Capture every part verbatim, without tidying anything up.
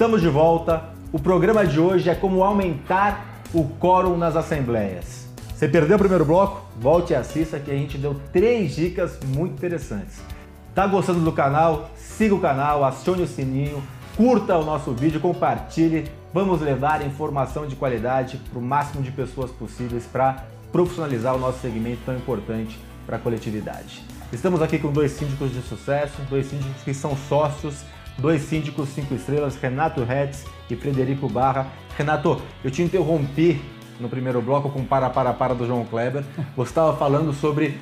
Estamos de volta. O programa de hoje é como aumentar o quórum nas assembleias. Você perdeu o primeiro bloco? Volte e assista que a gente deu três dicas muito interessantes. Tá gostando do canal? Siga o canal, acione o sininho, curta o nosso vídeo, compartilhe. Vamos levar informação de qualidade para o máximo de pessoas possíveis para profissionalizar o nosso segmento tão importante para a coletividade. Estamos aqui com dois síndicos de sucesso, dois síndicos que são sócios, dois síndicos cinco estrelas, Renato Hetz e Frederico Barra. Renato, eu te interrompi no primeiro bloco com para, para, para do João Kleber. Você estava falando sobre,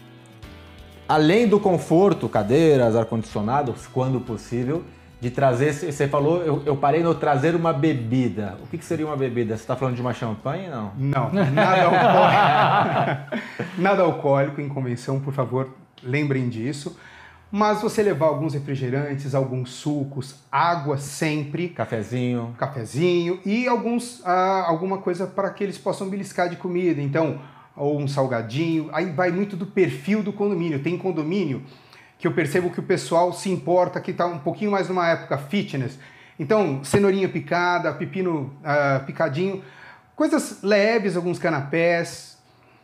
além do conforto, cadeiras, ar-condicionados, quando possível, de trazer, você falou, eu, eu parei no trazer uma bebida. O que, que seria uma bebida? Você está falando de uma champanhe, não? Não, nada alcoólico. Nada alcoólico em convenção, por favor, lembrem disso. Mas você levar alguns refrigerantes, alguns sucos, água sempre. Cafezinho. Cafezinho e alguns, ah, alguma coisa para que eles possam beliscar de comida. Então, ou um salgadinho. Aí vai muito do perfil do condomínio. Tem condomínio que eu percebo que o pessoal se importa, que está um pouquinho mais numa época fitness. Então, cenourinha picada, pepino uh, picadinho, coisas leves, alguns canapés.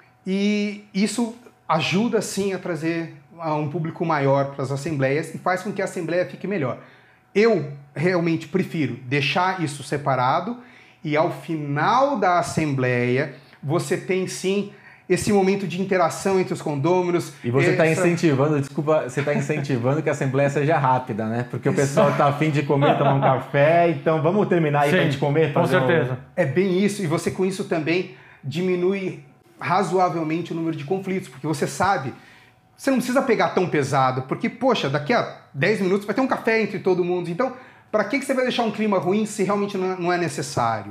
E isso ajuda, sim, a trazer uh, um público maior para as assembleias e faz com que a assembleia fique melhor. Eu realmente prefiro deixar isso separado e, ao final da assembleia, você tem, sim, esse momento de interação entre os condôminos. E você está essa... incentivando, desculpa, você está incentivando que a assembleia seja rápida, né? Porque o pessoal está afim de comer, tomar um café, então vamos terminar aí para a gente comer? Com certeza. Um... É bem isso, e você com isso também diminui razoavelmente o número de conflitos, porque você sabe, você não precisa pegar tão pesado, porque, poxa, daqui a dez minutos vai ter um café entre todo mundo, então para que você vai deixar um clima ruim se realmente não é necessário?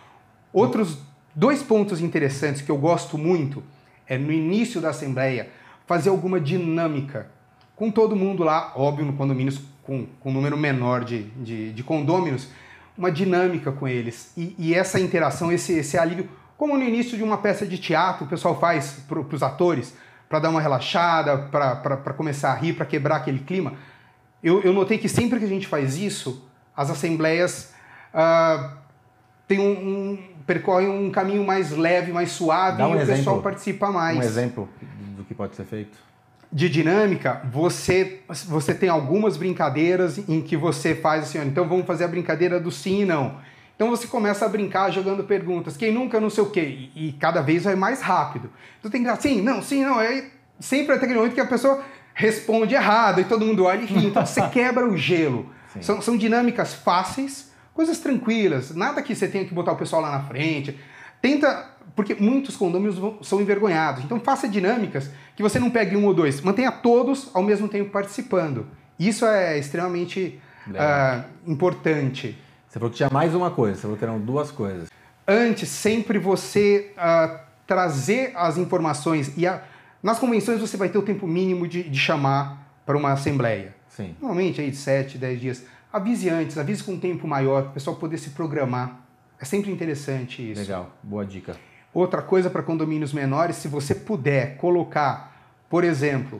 Outros dois pontos interessantes que eu gosto muito é no início da assembleia fazer alguma dinâmica com todo mundo lá, óbvio, no condomínio com, com um número menor de, de, de condôminos, uma dinâmica com eles. E, e essa interação, esse, esse alívio, como no início de uma peça de teatro o pessoal faz para os atores, para dar uma relaxada, para começar a rir, para quebrar aquele clima. Eu, eu notei que sempre que a gente faz isso, as assembleias uh, têm um... um percorre um caminho mais leve, mais suave, um e o exemplo, pessoal participa mais. Um exemplo do que pode ser feito? De dinâmica, você, você tem algumas brincadeiras em que você faz assim, então vamos fazer a brincadeira do sim e não. Então você começa a brincar jogando perguntas, quem nunca não sei o quê, e, e cada vez vai mais rápido. Então tem que dar sim, não, sim, não, aí sempre até aquele momento que a pessoa responde errado e todo mundo olha e ri, então você quebra o gelo. São, são dinâmicas fáceis, coisas tranquilas, nada que você tenha que botar o pessoal lá na frente. Tenta, porque muitos condôminos são envergonhados, então faça dinâmicas que você não pegue um ou dois, mantenha todos ao mesmo tempo participando. Isso é extremamente uh, importante. Você falou que tinha mais uma coisa, você falou que eram duas coisas. Antes, sempre você uh, trazer as informações, e a, nas convenções você vai ter o tempo mínimo de, de chamar para uma assembleia. Sim. Normalmente aí de sete, dez dias. Avise antes, avise com um tempo maior, para o pessoal poder se programar. É sempre interessante isso. Legal, boa dica. Outra coisa para condomínios menores, se você puder colocar, por exemplo,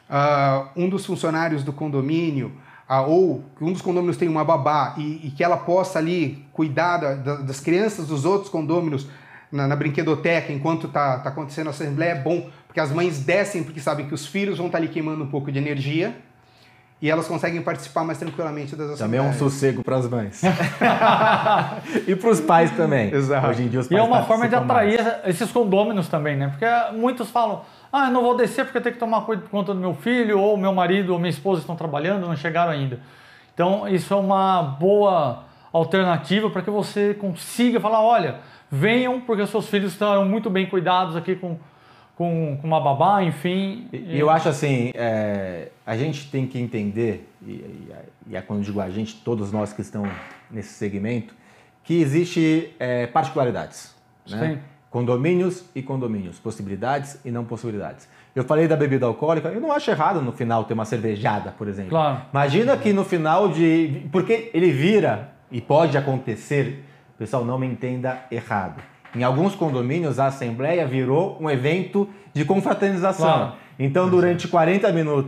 uh, um dos funcionários do condomínio, uh, ou que um dos condôminos tem uma babá e, e que ela possa ali cuidar da, da, das crianças dos outros condôminos na, na brinquedoteca enquanto está tá acontecendo a assembleia, é bom, porque as mães descem porque sabem que os filhos vão estar tá ali queimando um pouco de energia. E elas conseguem participar mais tranquilamente das assembleias. Também é um sossego para as mães. E para os pais também. Exato. Hoje em dia os E pais é uma forma de atrair mais. esses condôminos também, né? Porque muitos falam, ah, eu não vou descer porque eu tenho que tomar conta do meu filho, ou meu marido ou minha esposa estão trabalhando, não chegaram ainda. Então isso é uma boa alternativa para que você consiga falar, olha, venham porque os seus filhos estarão muito bem cuidados aqui com... Com, com uma babá, enfim. E, e eu acho assim, é, a gente tem que entender, e, e, e é quando eu digo a gente, todos nós que estão nesse segmento, que existe é, particularidades. Né? Condomínios e condomínios, possibilidades e não possibilidades. Eu falei da bebida alcoólica, eu não acho errado no final ter uma cervejada, por exemplo. Claro. Imagina que no final de... Porque ele vira, e pode acontecer, pessoal, não me entenda errado. Em alguns condomínios, a assembleia virou um evento de confraternização. Claro. Então, durante quarenta minutos,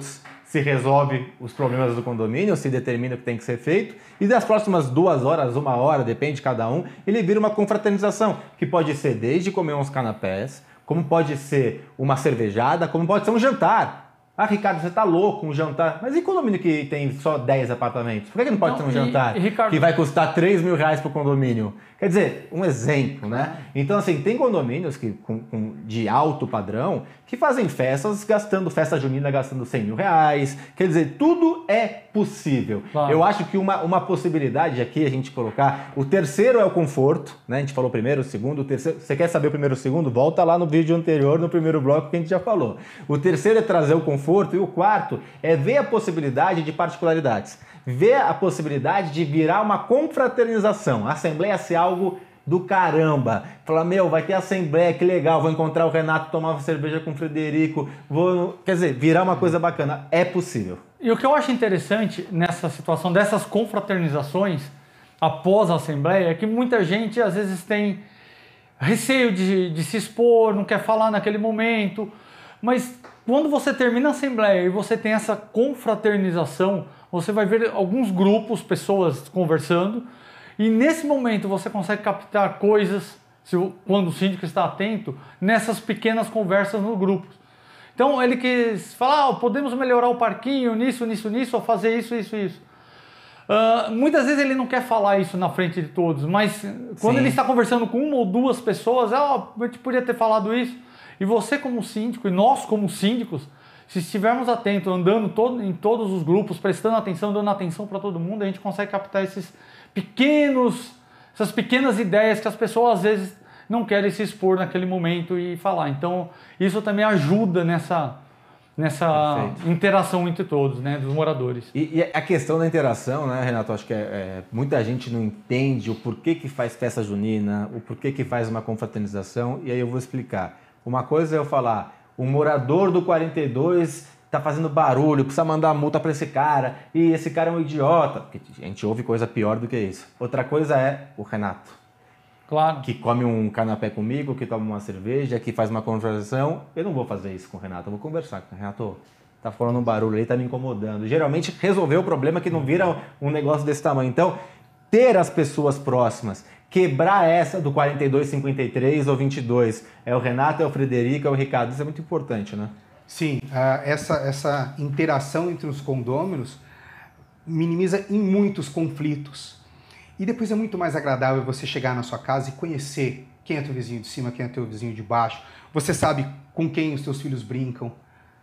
se resolve os problemas do condomínio, se determina o que tem que ser feito, e das próximas duas horas, uma hora, depende de cada um, ele vira uma confraternização, que pode ser desde comer uns canapés, como pode ser uma cervejada, como pode ser um jantar. Ah, Ricardo, você tá louco, um jantar. Mas e condomínio que tem só dez apartamentos? Por que, que não pode não, ser um e, jantar e, Ricardo... que vai custar três mil reais pro condomínio? Quer dizer, um exemplo, né? Então, assim, tem condomínios que, com, com, de alto padrão que fazem festas gastando, festa junina gastando cem mil reais. Quer dizer, tudo é possível. Claro. Eu acho que uma, uma possibilidade aqui a gente colocar, o terceiro é o conforto, né? A gente falou primeiro, o segundo, o terceiro. Você quer saber o primeiro e o segundo? Volta lá no vídeo anterior, no primeiro bloco que a gente já falou. O terceiro é trazer o conforto e o quarto é ver a possibilidade de particularidades. Ver a possibilidade de virar uma confraternização, a assembleia ser algo do caramba. Falar, meu, vai ter assembleia, que legal, vou encontrar o Renato, tomar uma cerveja com o Frederico, vou... Quer dizer, virar uma coisa bacana. É possível. E o que eu acho interessante nessa situação dessas confraternizações após a assembleia é que muita gente às vezes tem receio de, de se expor, não quer falar naquele momento, mas quando você termina a assembleia e você tem essa confraternização, você vai ver alguns grupos, pessoas conversando, e nesse momento você consegue captar coisas, se, quando o síndico está atento, nessas pequenas conversas no grupo. Então ele quis falar, ah, podemos melhorar o parquinho nisso, nisso, nisso, ou fazer isso, isso, isso. Uh, muitas vezes ele não quer falar isso na frente de todos, mas quando Sim. ele está conversando com uma ou duas pessoas, ah, a gente podia ter falado isso. E você como síndico, e nós como síndicos, se estivermos atentos, andando todo, em todos os grupos, prestando atenção, dando atenção para todo mundo, a gente consegue captar esses pequenos, essas pequenas ideias que as pessoas às vezes não querem se expor naquele momento e falar. Então, isso também ajuda nessa, nessa interação entre todos, né, dos moradores. E, e a questão da interação, né, Renato, acho que é, é, muita gente não entende o porquê que faz festa junina, o porquê que faz uma confraternização, e aí eu vou explicar. Uma coisa é eu falar, o morador do quarenta e dois tá fazendo barulho, precisa mandar multa para esse cara, e esse cara é um idiota. Porque a gente ouve coisa pior do que isso. Outra coisa é o Renato. Claro. Que come um canapé comigo, que toma uma cerveja, que faz uma conversação. Eu não vou fazer isso com o Renato, eu vou conversar com o Renato. Tá falando um barulho aí, tá me incomodando. Geralmente resolver o problema que não vira um negócio desse tamanho. Então, ter as pessoas próximas, quebrar essa do quarenta e dois, cinquenta e três ou vinte e dois. É o Renato, é o Frederico, é o Ricardo. Isso é muito importante, né? Sim, uh, essa, essa interação entre os condôminos minimiza em muitos conflitos. E depois é muito mais agradável você chegar na sua casa e conhecer quem é teu vizinho de cima, quem é teu vizinho de baixo. Você sabe com quem os teus filhos brincam,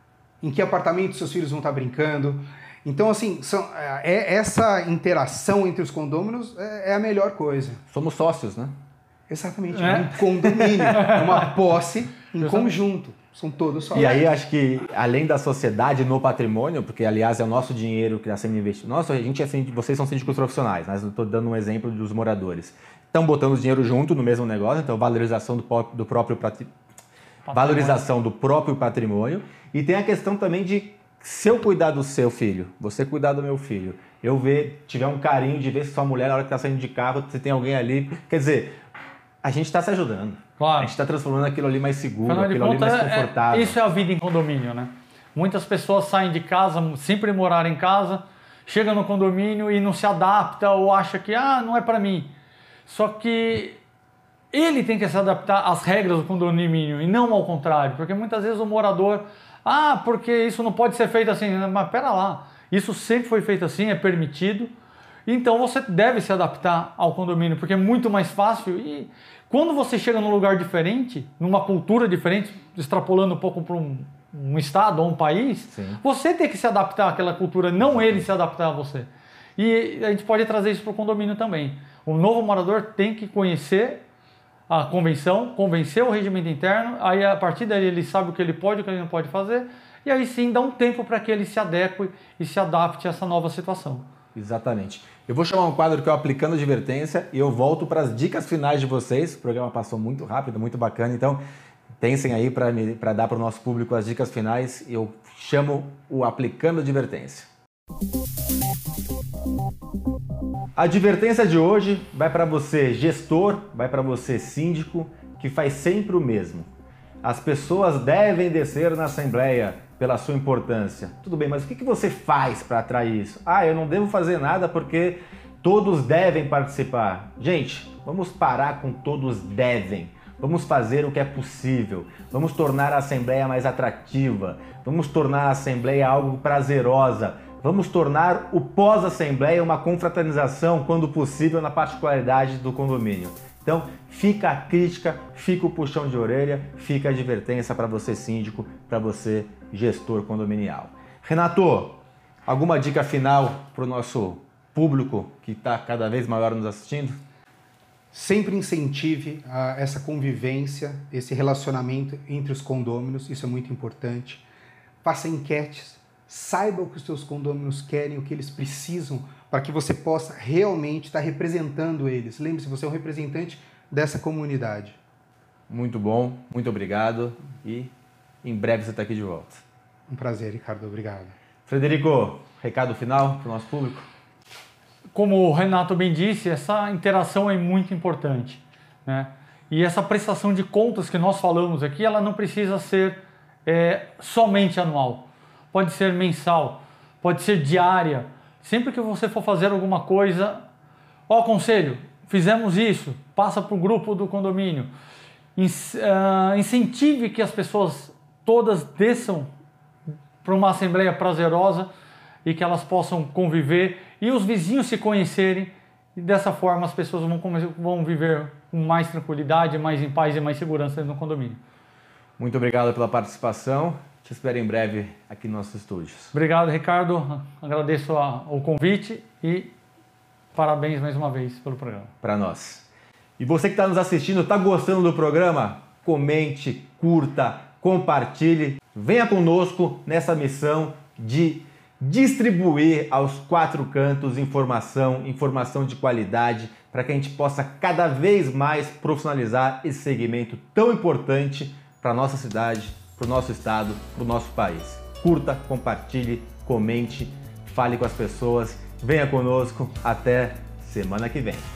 em que apartamento seus filhos vão estar brincando. Então, assim, são, é, essa interação entre os condôminos é, é a melhor coisa. Somos sócios, né? Exatamente, é. um condomínio, uma posse em conjunto. São todos sócios. E aí, acho que, além da sociedade no patrimônio, porque, aliás, é o nosso dinheiro que está sendo investido. Nossa, a gente é, vocês são síndicos profissionais, mas eu estou dando um exemplo dos moradores. Estão botando o dinheiro junto no mesmo negócio, então valorização do, do próprio patrimônio. Valorização do próprio patrimônio. E tem a questão também de, se eu cuidar do seu filho, você cuidar do meu filho, eu ver, tiver um carinho de ver se sua mulher, na hora que está saindo de carro, se tem alguém ali. Quer dizer, a gente está se ajudando. Claro. A gente está transformando aquilo ali mais seguro, Afinal aquilo ali mais confortável. É, isso é a vida em condomínio, né? Muitas pessoas saem de casa, sempre moraram em casa, chegam no condomínio e não se adapta ou acha que, ah, não é para mim. Só que ele tem que se adaptar às regras do condomínio e não ao contrário, porque muitas vezes o morador, ah, porque isso não pode ser feito assim, mas pera lá, isso sempre foi feito assim, é permitido, então você deve se adaptar ao condomínio, porque é muito mais fácil. E quando você chega num lugar diferente, numa cultura diferente, extrapolando um pouco para um, um estado ou um país, Sim. você tem que se adaptar àquela cultura, não ele se adaptar a você. E a gente pode trazer isso para o condomínio também. O novo morador tem que conhecer a convenção, convencer o regimento interno, aí a partir daí ele sabe o que ele pode e o que ele não pode fazer, e aí sim dá um tempo para que ele se adeque e se adapte a essa nova situação. Exatamente. Eu vou chamar um quadro que é o Aplicando Advertência e eu volto para as dicas finais de vocês. O programa passou muito rápido, muito bacana, então pensem aí para dar para o nosso público as dicas finais. Eu chamo o Aplicando Advertência. A advertência de hoje vai para você, gestor, vai para você, síndico, que faz sempre o mesmo. As pessoas devem descer na assembleia pela sua importância. Tudo bem, mas o que você faz para atrair isso? Ah, eu não devo fazer nada porque todos devem participar. Gente, vamos parar com todos devem. Vamos fazer o que é possível. Vamos tornar a Assembleia mais atrativa. Vamos tornar a Assembleia algo prazerosa. Vamos tornar o pós-Assembleia uma confraternização, quando possível, na particularidade do condomínio. Então, fica a crítica, fica o puxão de orelha, fica a advertência para você síndico, para você gestor condominial. Renato, alguma dica final para o nosso público que está cada vez maior nos assistindo? Sempre incentive a, essa convivência, esse relacionamento entre os condôminos, isso é muito importante. Faça enquetes, saiba o que os seus condôminos querem, o que eles precisam, para que você possa realmente estar representando eles. Lembre-se, você é um representante dessa comunidade. Muito bom, muito obrigado e em breve você está aqui de volta. Um prazer, Ricardo, obrigado. Frederico, recado final para o nosso público? Como o Renato bem disse, essa interação é muito importante, né? E essa prestação de contas que nós falamos aqui, ela não precisa ser é, somente anual. Pode ser mensal, pode ser diária. Sempre que você for fazer alguma coisa, ó, conselho, fizemos isso, passa para o grupo do condomínio. Incentive que as pessoas todas desçam para uma assembleia prazerosa e que elas possam conviver e os vizinhos se conhecerem, e dessa forma as pessoas vão, vão viver com mais tranquilidade, mais em paz e mais segurança no condomínio. Muito obrigado pela participação. Te espero em breve aqui nos nossos estúdios. Obrigado, Ricardo. Agradeço a, o convite e parabéns mais uma vez pelo programa. Para nós. E você que está nos assistindo, está gostando do programa? Comente, curta, compartilhe. Venha conosco nessa missão de distribuir aos quatro cantos informação, informação de qualidade, para que a gente possa cada vez mais profissionalizar esse segmento tão importante para a nossa cidade, para o nosso estado, para o nosso país. Curta, compartilhe, comente, fale com as pessoas, venha conosco, até semana que vem.